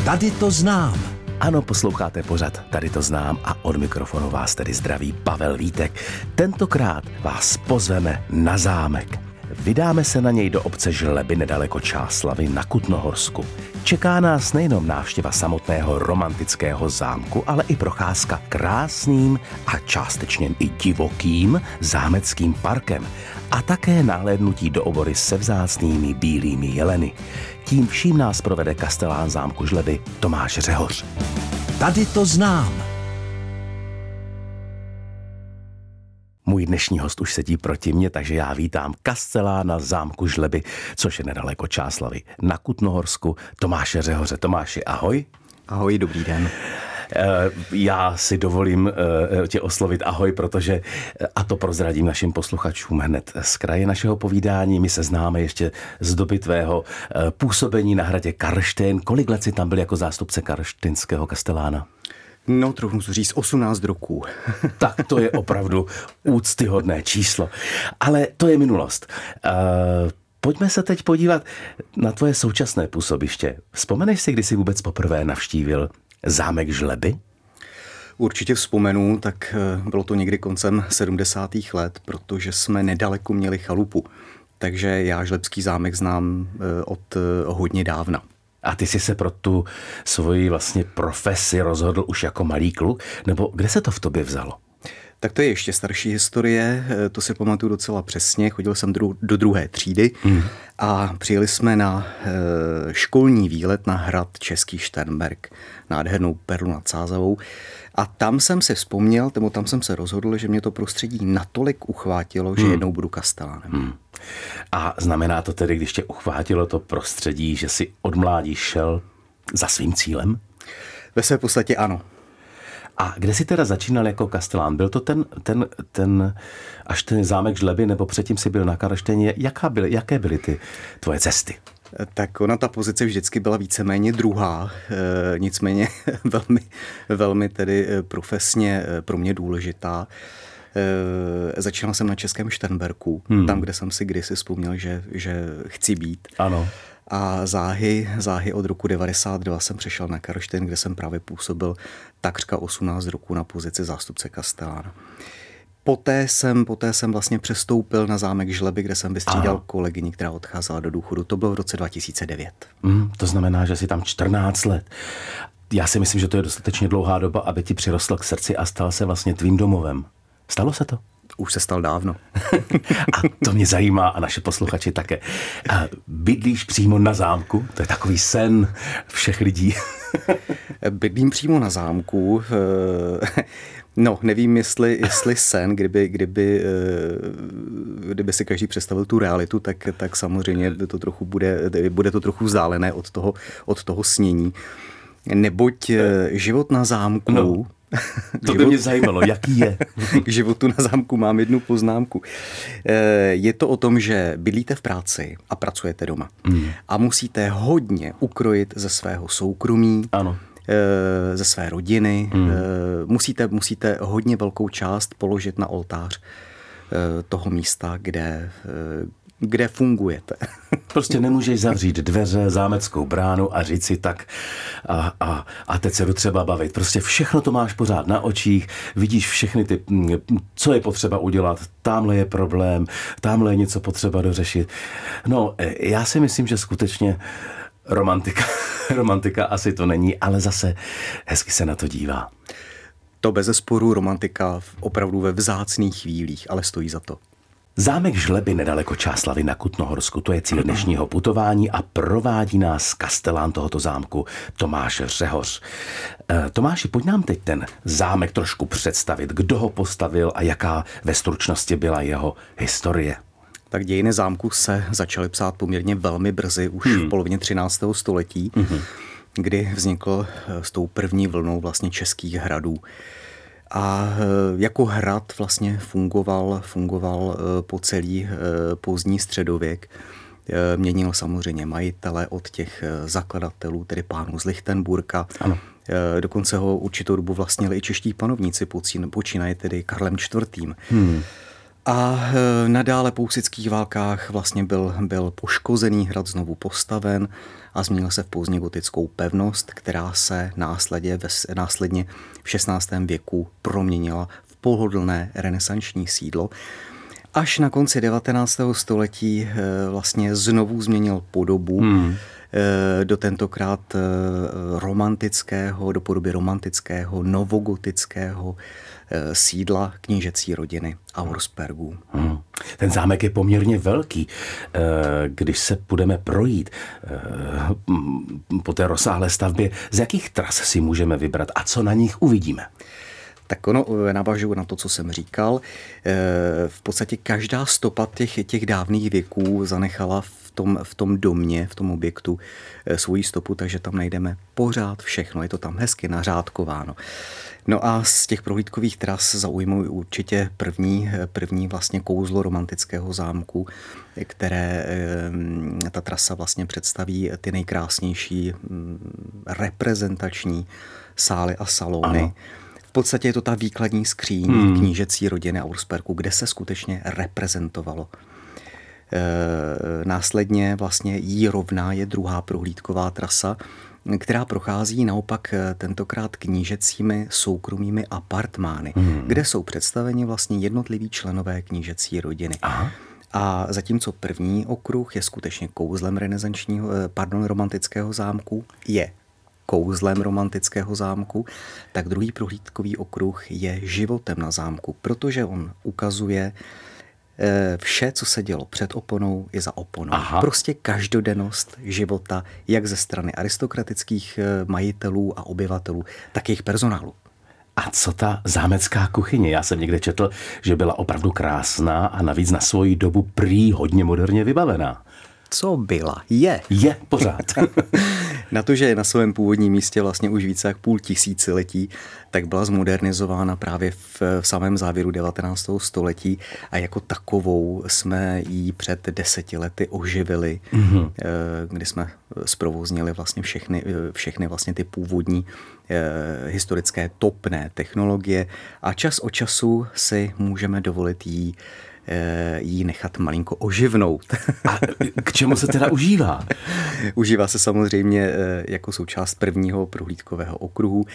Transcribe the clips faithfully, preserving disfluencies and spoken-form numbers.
Tady to znám. Ano, posloucháte pořad Tady to znám a od mikrofonu vás tedy zdraví Pavel Vítek. Tentokrát vás pozveme na zámek. Vydáme se na něj do obce Žleby nedaleko Čáslavi na Kutnohorsku. Čeká nás nejenom návštěva samotného romantického zámku, ale i procházka krásným a částečně i divokým zámeckým parkem a také nahlédnutí do obory se vzácnými bílými jeleny. Tím vším nás provede kastelán zámku Žleby Tomáš Řehoř. Tady to znám. Můj dnešní host už sedí proti mně, takže já vítám kastelána zámku Žleby, což je nedaleko Čáslavy na Kutnohorsku, Tomáše Řehoře. Tomáši, ahoj. Ahoj, dobrý den. Já si dovolím tě oslovit ahoj, protože, a to prozradím našim posluchačům hned z kraje našeho povídání, my se známe ještě z doby tvého působení na hradě Karlštejn. Kolik let jsi tam byl jako zástupce karlštejnského kastelána? No, trochu musím říct osmnáct roků. Tak to je opravdu úctyhodné číslo. Ale to je minulost. Uh, pojďme se teď podívat na tvoje současné působiště. Vzpomeneš si, kdy jsi vůbec poprvé navštívil zámek Žleby? Určitě vzpomenu, tak bylo to někdy koncem sedmdesátých let, protože jsme nedaleko měli chalupu. Takže já žlebský zámek znám od hodně dávna. A ty jsi se pro tu svoji vlastně profesi rozhodl už jako malý kluk? Nebo kde se to v tobě vzalo? Tak to je ještě starší historie, to si pamatuju docela přesně. Chodil jsem dru- do druhé třídy hmm. a přijeli jsme na e, školní výlet na hrad Český Šternberk, nádhernou perlu nad Sázavou. A tam jsem se vzpomněl, nebo tam jsem se rozhodl, že mě to prostředí natolik uchvátilo, že hmm. jednou budu kastelánem. Hmm. A znamená to tedy, když tě uchvátilo to prostředí, že jsi od mládí šel za svým cílem? Ve své podstatě ano. A kde jsi teda začínal jako kastelán? Byl to ten, ten, ten až ten zámek Žleby, nebo předtím jsi byl na Karlštejně? Jaká byly, jaké byly ty tvoje cesty? Tak ona, ta pozice vždycky byla víceméně druhá, e, nicméně velmi, velmi tedy profesně pro mě důležitá. E, začínal jsem na Českém Šternberku, hmm. tam, kde jsem si kdysi vzpomněl, že, že chci být. Ano. A záhy, záhy od roku devadesát dva jsem přešel na Karlštejn, kde jsem právě působil takřka osmnáct roků na pozici zástupce kastelána. Poté jsem, poté jsem vlastně přestoupil na zámek Žleby, kde jsem vystřídal kolegyni, která odcházela do důchodu. To bylo v roce dva tisíce devět. Mm, to znamená, že jsi tam čtrnáct let. Já si myslím, že to je dostatečně dlouhá doba, aby ti přirostl k srdci a stal se vlastně tvým domovem. Stalo se to? Už se stal dávno. A to mě zajímá a naše posluchači také. A bydlíš přímo na zámku? To je takový sen všech lidí. Bydlím přímo na zámku. No, nevím, jestli, jestli sen, kdyby, kdyby, kdyby si každý představil tu realitu, tak, tak samozřejmě to trochu bude, bude to trochu vzdálené od toho, od toho snění. Neboť život na zámku... No. To by mě zajímalo, jaký je. K životu na zámku mám jednu poznámku. Je to o tom, že bydlíte v práci a pracujete doma. Mm. A musíte hodně ukrojit ze svého soukromí, ano. ze své rodiny. Mm. Musíte, musíte hodně velkou část položit na oltář toho místa, kde... kde fungujete. Prostě nemůžeš zavřít dveře, zámeckou bránu a říct si tak a, a, a teď se jdu třeba bavit. Prostě všechno to máš pořád na očích, vidíš všechny ty, co je potřeba udělat, tamhle je problém, tamhle je něco potřeba dořešit. No, já si myslím, že skutečně romantika, romantika asi to není, ale zase hezky se na to dívá. To bezesporu romantika opravdu ve vzácných chvílích, ale stojí za to. Zámek Žleby nedaleko Čáslavy na Kutnohorsku, to je cíl dnešního putování a provádí nás kastelán tohoto zámku Tomáš Řehoř. E, Tomáši, pojď nám teď ten zámek trošku představit, kdo ho postavil a jaká ve stručnosti byla jeho historie. Tak dějiny zámku se začaly psát poměrně velmi brzy, už hmm. v polovině třináctého století, hmm. kdy vznikl s tou první vlnou vlastně českých hradů. A jako hrad vlastně fungoval, fungoval po celý pozdní středověk. Měnil samozřejmě majitele od těch zakladatelů, tedy pánů z Lichtenburka. Ano. Dokonce ho určitou dobu vlastnili i čeští panovníci, počínaje tedy Karlem čtvrtým. Hmm. A nadále po husitských válkách vlastně byl, byl poškozený hrad znovu postaven a změnil se v pozdně gotickou pevnost, která se následně, následně v šestnáctém věku proměnila v pohodlné renesanční sídlo. Až na konci devatenáctého století vlastně znovu změnil podobu hmm. do tentokrát romantického, do podoby romantického, novogotického sídla knížecí rodiny Auerspergů. Hmm. Ten zámek je poměrně velký. Když se budeme projít po té rozsáhlé stavbě, z jakých tras si můžeme vybrat a co na nich uvidíme? Tak ono, navážu na to, co jsem říkal, v podstatě každá stopa těch, těch dávných věků zanechala v tom, v tom domě, v tom objektu svoji stopu, takže tam najdeme pořád všechno, je to tam hezky nařádkováno. No a z těch prohlídkových tras zaujmou určitě první, první vlastně kouzlo romantického zámku, které ta trasa vlastně představí ty nejkrásnější reprezentační sály a salony. Ano. V podstatě je to ta výkladní skříň hmm. knížecí rodiny Auerspergů, kde se skutečně reprezentovalo. E, následně vlastně jí rovná je druhá prohlídková trasa, která prochází naopak tentokrát knížecími soukromými apartmány, hmm. kde jsou představeni vlastně jednotliví členové knížecí rodiny. Aha. A zatímco první okruh je skutečně kouzlem renesančního, pardon, romantického zámku, je kouzlem romantického zámku, tak druhý prohlídkový okruh je životem na zámku, protože on ukazuje vše, co se dělo před oponou i za oponou. Aha. Prostě každodennost života, jak ze strany aristokratických majitelů a obyvatelů, tak jejich personálu. A co ta zámecká kuchyně? Já jsem někde četl, že byla opravdu krásná a navíc na svoji dobu prý hodně moderně vybavená. Co byla? Je. Je, pořád. Na to, že je na svém původním místě vlastně už více jak půl tisíciletí, tak byla zmodernizována právě v, v samém závěru devatenáctého století a jako takovou jsme ji před deseti lety oživili, mm-hmm. kdy jsme zprovoznili vlastně všechny, všechny vlastně ty původní eh, historické topné technologie a čas od času si můžeme dovolit jí jí nechat malinko oživnout. A k čemu se teda užívá? Užívá se samozřejmě jako součást prvního prohlídkového okruhu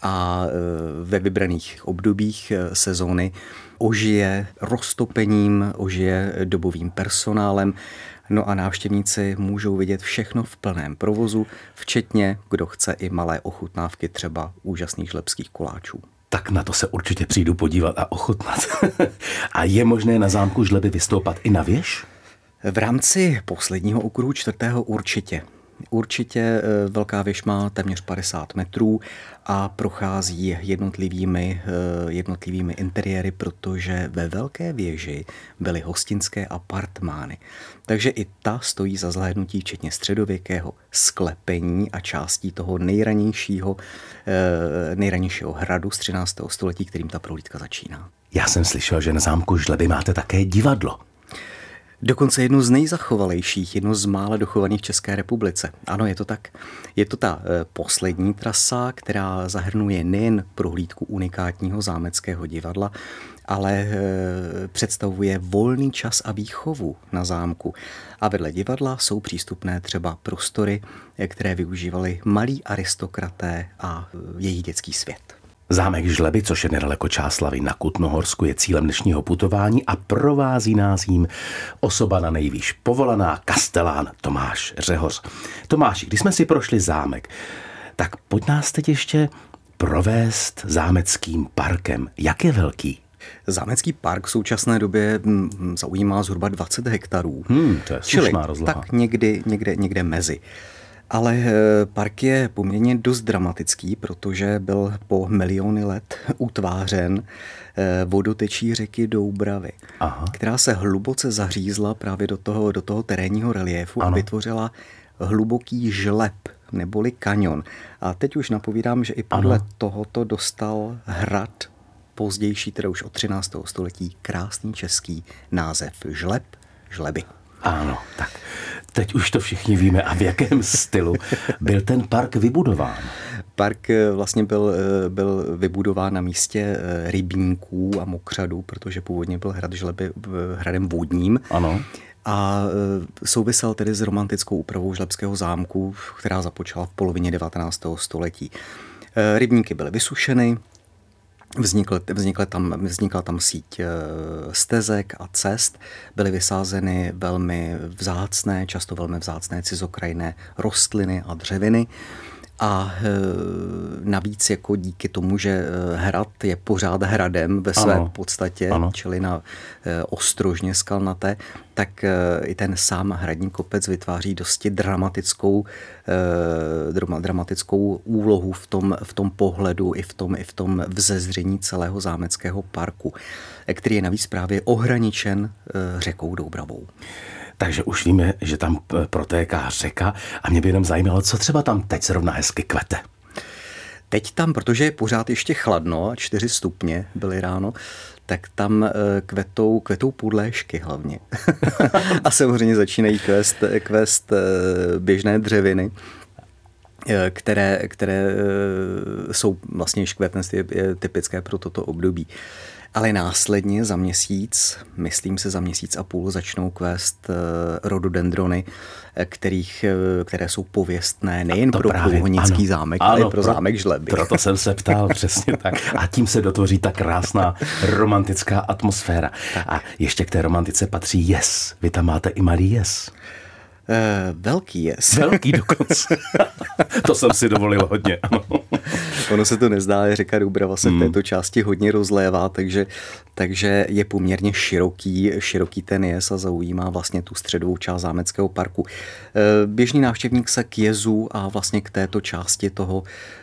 a ve vybraných obdobích sezóny ožije roztopením, ožije dobovým personálem, no a návštěvníci můžou vidět všechno v plném provozu, včetně, kdo chce, i malé ochutnávky třeba úžasných žlebských koláčů. Tak na to se určitě přijdu podívat a ochutnat. A je možné na zámku Žleby vystoupat i na věž? V rámci posledního okruhu čtvrtého určitě. Určitě velká věž má téměř padesát metrů a prochází jednotlivými, jednotlivými interiéry, protože ve velké věži byly hostinské apartmány. Takže i ta stojí za zhlédnutí, včetně středověkého sklepení a částí toho nejranějšího, nejranějšího hradu z třináctého století, kterým ta prohlídka začíná. Já jsem slyšel, že na zámku Žleby máte také divadlo. Dokonce jednu z nejzachovalejších, jednu z mála dochovaných v České republice. Ano, je to tak. Je to ta e, poslední trasa, která zahrnuje nejen prohlídku unikátního zámeckého divadla, ale e, představuje volný čas a výchovu na zámku. A vedle divadla jsou přístupné třeba prostory, které využívali malí aristokraté a e, jejich dětský svět. Zámek Žleby, což je nedaleko Čáslavi na Kutnohorsku, je cílem dnešního putování a provází nás jím osoba na nejvýš povolaná, kastelán Tomáš Řehoř. Tomáši, když jsme si prošli zámek, tak pojď nás teď ještě provést zámeckým parkem. Jak je velký? Zámecký park v současné době zaujímá zhruba dvacet hektarů. Hmm, to je slušná rozloha. Tak někdy, někde, někde mezi. Ale park je poměrně dost dramatický, protože byl po miliony let utvářen vodotečí řeky Doubravy, Aha. která se hluboce zařízla právě do toho, do toho terénního reliéfu a vytvořila hluboký žleb, neboli kanion. A teď už napovídám, že i podle ano. tohoto dostal hrad pozdější, teda už od třináctého století, krásný český název Žleb, Žleby. Ano, tak teď už to všichni víme. A v jakém stylu byl ten park vybudován? Park vlastně byl, byl vybudován na místě rybníků a mokřadů, protože původně byl hrad Žleby hradem vodním. Ano. A souvisel tedy s romantickou úpravou žlebského zámku, která započala v polovině devatenáctého století. Rybníky byly vysušeny, Vznikl, vznikla, tam, vznikla tam síť stezek a cest, byly vysázeny velmi vzácné, často velmi vzácné cizokrajné rostliny a dřeviny. A e, navíc jako díky tomu, že hrad je pořád hradem ve své ano, podstatě, ano. čili na e, ostrožně skalnaté, tak e, i ten sám hradní kopec vytváří dosti dramatickou, e, drama, dramatickou úlohu v tom, v tom pohledu i v tom, i v tom vzezření celého zámeckého parku, který je navíc právě ohraničen e, řekou Doubravou. Takže už víme, že tam protéká řeka a mě by jenom zajímalo, co třeba tam teď zrovna hezky kvete. Teď tam, protože je pořád ještě chladno, čtyři stupně byly ráno, tak tam kvetou, kvetou pudléšky hlavně. A samozřejmě začínají kvést, kvést běžné dřeviny, které, které jsou vlastně škvětenství typické pro toto období. Ale následně za měsíc, myslím se za měsíc a půl, začnou kvést rododendrony, kterých, které jsou pověstné nejen pro Průhonický zámek, ano, ale pro, pro zámek Žleby. Proto jsem se ptal, přesně tak. A tím se dotvoří ta krásná romantická atmosféra. A ještě k té romantice patří jez. Vy tam máte i malý jez. Uh, velký jez. Velký dokonce. To jsem si dovolil hodně, ano. Ono se to nezdá, ale řeka Doubrava se v této části hodně rozlévá, takže, takže je poměrně široký, široký ten jez a zaujímá vlastně tu středovou část zámeckého parku. Běžný návštěvník se k jezu a vlastně k této části toho,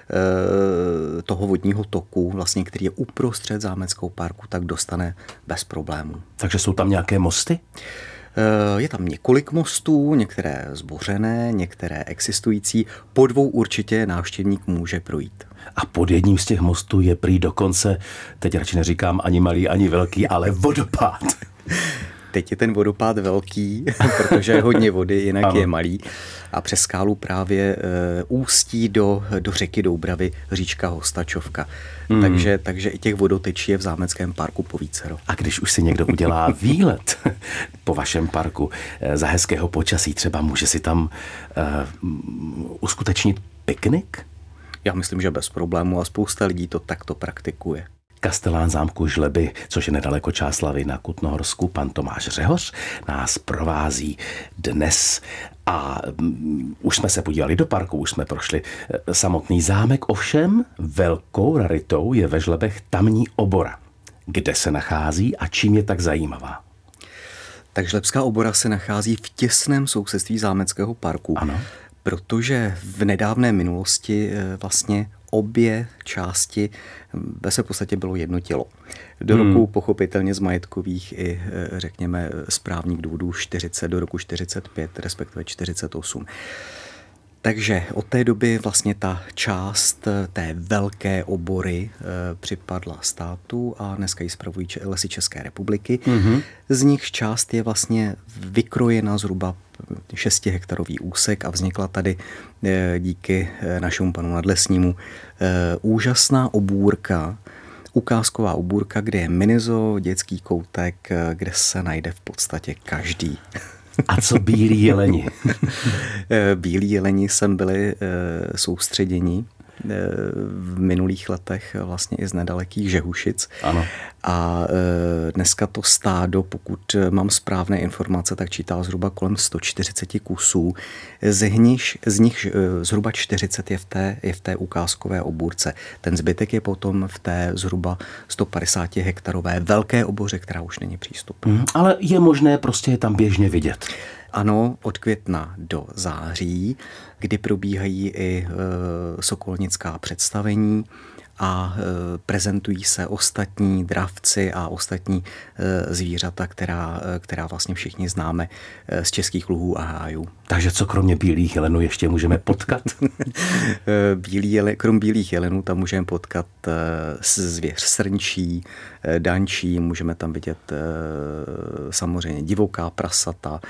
toho vodního toku, vlastně, který je uprostřed zámeckého parku, tak dostane bez problémů. Takže jsou tam nějaké mosty? Je tam několik mostů, některé zbořené, některé existující. Po dvou určitě návštěvník může projít. A pod jedním z těch mostů je prý dokonce, teď radši neříkám ani malý, ani velký, ale vodopád. Teď je ten vodopád velký, protože je hodně vody, jinak ano. je malý. A přes skálu právě uh, ústí do, do řeky Doubravy říčka Hostačovka. Hmm. Takže, takže i těch vodotečí je v zámeckém parku povícero. A když už si někdo udělá výlet po vašem parku za hezkého počasí, třeba může si tam uh, uskutečnit piknik? Já myslím, že bez problému a spousta lidí to takto praktikuje. Kastelán zámku Žleby, což je nedaleko Čáslavy na Kutnohorsku, pan Tomáš Řehoř, nás provází dnes. A um, už jsme se podívali do parku, už jsme prošli samotný zámek, ovšem velkou raritou je ve Žlebech tamní obora. Kde se nachází a čím je tak zajímavá? Tak Žlebská obora se nachází v těsném sousedství zámeckého parku. Ano. Protože v nedávné minulosti vlastně obě části ve své podstatě bylo jedno tělo. Do hmm. roku pochopitelně z majetkových i řekněme správních důvodů čtyřicet do roku čtyřicet pět, respektive čtyřicet osm. Takže od té doby vlastně ta část té velké obory e, připadla státu a dneska ji spravují Lesy České republiky. Mm-hmm. Z nich část je vlastně vykrojena zhruba šestihektarový úsek a vznikla tady e, díky e, našemu panu nadlesnímu e, úžasná obůrka, ukázková obůrka, kde je minizo, dětský koutek, e, kde se najde v podstatě každý. A co bílí jeleni? Bílí jeleni sem byli soustředěni v minulých letech vlastně i z nedalekých Žehušic. Ano. A dneska to stádo, pokud mám správné informace, tak čítá zhruba kolem sto čtyřicet kusů. Z, hniž, z nich zhruba čtyřicet je v, té, je v té ukázkové obůrce. Ten zbytek je potom v té zhruba sto padesát hektarové velké oboře, která už není přístupná. Mm, ale je možné prostě je tam běžně vidět. Ano, od května do září, kdy probíhají i e, sokolnická představení a e, prezentují se ostatní dravci a ostatní e, zvířata, která, e, která vlastně všichni známe e, z českých luhů a hájů. Takže co kromě bílých jelenů ještě můžeme potkat? Bílý jele, krom bílých jelenů tam můžeme potkat e, zvěř srnčí, e, dančí, můžeme tam vidět e, samozřejmě divoká prasata,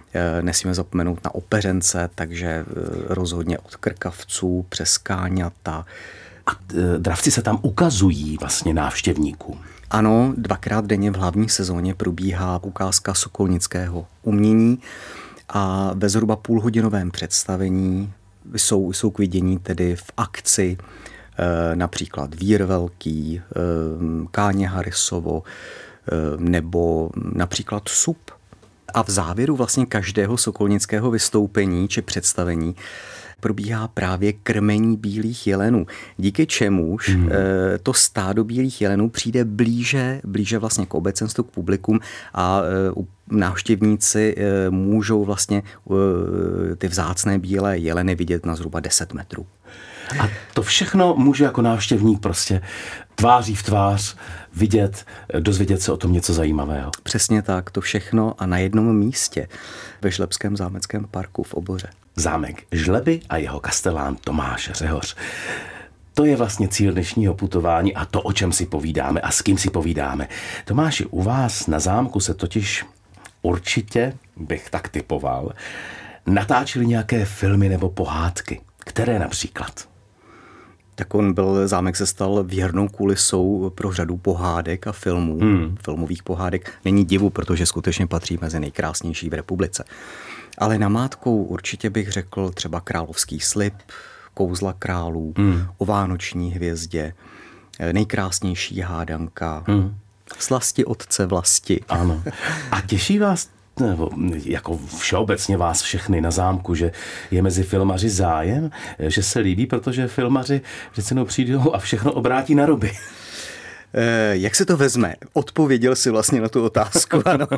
Nesmíme zapomenout na opeřence, takže rozhodně od krkavců přes káňata. A dravci se tam ukazují vlastně návštěvníkům. Ano, dvakrát denně v hlavní sezóně probíhá ukázka sokolnického umění a ve zhruba půlhodinovém představení jsou, jsou k vidění tedy v akci e, například Vír Velký, e, Káně Harisovo e, nebo například Sup. A v závěru vlastně každého sokolnického vystoupení či představení probíhá právě krmení bílých jelenů, díky čemuž hmm. to stádo bílých jelenů přijde blíže, blíže vlastně k obecenstvu, k publikum a návštěvníci můžou vlastně ty vzácné bílé jeleny vidět na zhruba deset metrů. A to všechno může jako návštěvník prostě tváří v tvář vidět, dozvědět se o tom něco zajímavého. Přesně tak, to všechno a na jednom místě ve Žlebském zámeckém parku v Oboře. Zámek Žleby a jeho kastelán Tomáš Řehoř. To je vlastně cíl dnešního putování a to, o čem si povídáme a s kým si povídáme. Tomáši, u vás na zámku se totiž určitě, bych tak typoval, natáčely nějaké filmy nebo pohádky. Které například? Tak on byl, zámek se stal věrnou kulisou pro řadu pohádek a filmů, hmm. filmových pohádek. Není divu, protože skutečně patří mezi nejkrásnější v republice. Ale namátkou určitě bych řekl třeba Královský slib, Kouzla králů, hmm. O vánoční hvězdě, Nejkrásnější hádanka, hmm. Slasti otce vlasti. Ano. A těší vás, nebo jako všeobecně vás všechny na zámku, že je mezi filmaři zájem, že se líbí, protože filmaři vždycky přijdou a všechno obrátí na ruby. E, jak se to vezme? Odpověděl si vlastně na tu otázku, ano.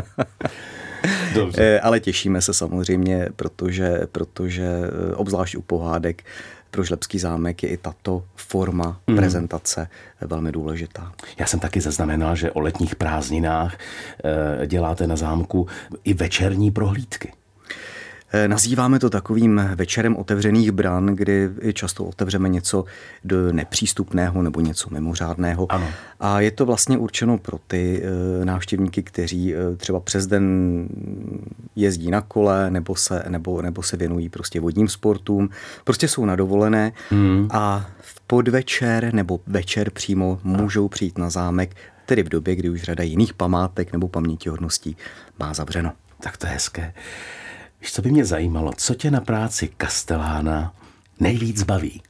Dobře. E, ale těšíme se samozřejmě, protože, protože obzvlášť u pohádek pro Žlebský zámek je i tato forma mm. prezentace velmi důležitá. Já jsem taky zaznamenal, že o letních prázdninách e, děláte na zámku i večerní prohlídky. Nazýváme to takovým večerem otevřených bran, kdy často otevřeme něco do nepřístupného nebo něco mimořádného. Ano. A je to vlastně určeno pro ty návštěvníky, kteří třeba přes den jezdí na kole nebo se, nebo, nebo se věnují prostě vodním sportům. Prostě jsou na dovolené hmm. a v podvečer nebo večer přímo můžou přijít na zámek, tedy v době, kdy už řada jiných památek nebo pamětihodností má zavřeno. Tak to je hezké. Víš, co by mě zajímalo, co tě na práci kastelána nejvíc baví?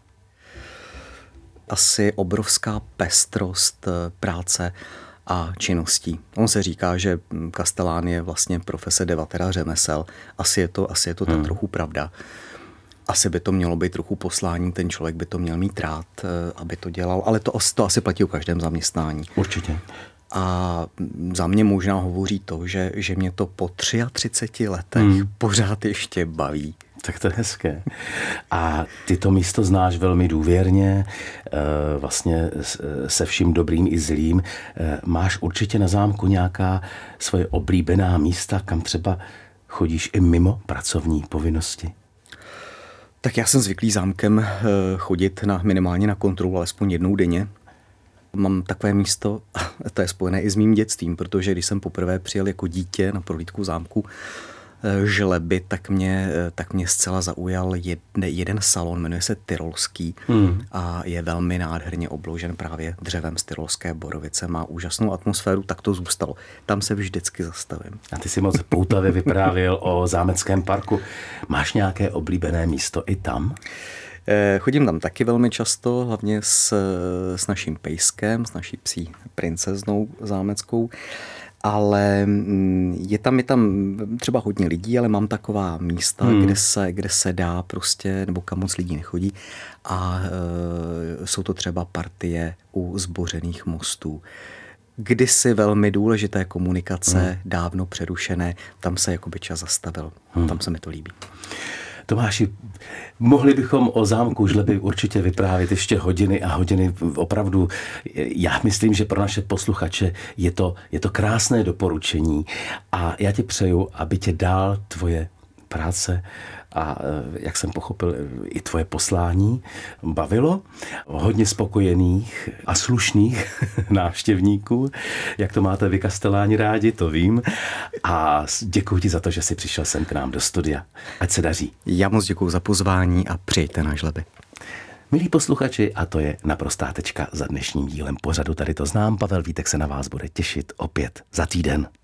Asi obrovská pestrost práce a činností. On se říká, že kastelán je vlastně profese devatera řemesel. Asi je to, asi je to tak hmm. trochu pravda. Asi by to mělo být trochu poslání, ten člověk by to měl mít rád, aby to dělal, ale to, to asi platí o každém zaměstnání. Určitě. A za mě možná hovoří to, že, že mě to po třiatřiceti tři letech hmm. pořád ještě baví. Tak to je hezké. A ty to místo znáš velmi důvěrně, vlastně se vším dobrým i zlým. Máš určitě na zámku nějaká svoje oblíbená místa, kam třeba chodíš i mimo pracovní povinnosti? Tak já jsem zvyklý zámkem chodit na, minimálně na kontrolu, alespoň jednou denně. Mám takové místo, to je spojené i s mým dětstvím, protože když jsem poprvé přijel jako dítě na prohlídku zámku Žleby, tak mě, tak mě zcela zaujal jed, jeden salon, jmenuje se Tyrolský hmm. a je velmi nádherně obložen právě dřevem z Tyrolské borovice. Má úžasnou atmosféru, tak to zůstalo. Tam se vždycky zastavím. A ty si moc poutavě vyprávěl o zámeckém parku. Máš nějaké oblíbené místo i tam? Chodím tam taky velmi často, hlavně s, s naším pejskem, s naší psí princeznou zámeckou, ale je tam, je tam třeba hodně lidí, ale mám taková místa, hmm. kde, se, kde se dá prostě, nebo kam moc lidí nechodí a e, jsou to třeba partie u zbořených mostů. Kdysi velmi důležité komunikace, hmm. dávno přerušené, tam se jakoby čas zastavil. Hmm. Tam se mi to líbí. Tomáši, mohli bychom o zámku Žleby určitě vyprávět ještě hodiny a hodiny. Opravdu, já myslím, že pro naše posluchače je to, je to krásné doporučení a já ti přeju, aby tě dál tvoje práce a jak jsem pochopil, i tvoje poslání bavilo. Hodně spokojených a slušných návštěvníků. Jak to máte vy, Kasteláni, rádi, to vím. A děkuji ti za to, že jsi přišel sem k nám do studia. Ať se daří. Já moc děkuji za pozvání a přijďte na Žleby. Milí posluchači, a to je naprostá tečka za dnešním dílem pořadu Tady to znám. Pavel Vítek se na vás bude těšit opět za týden.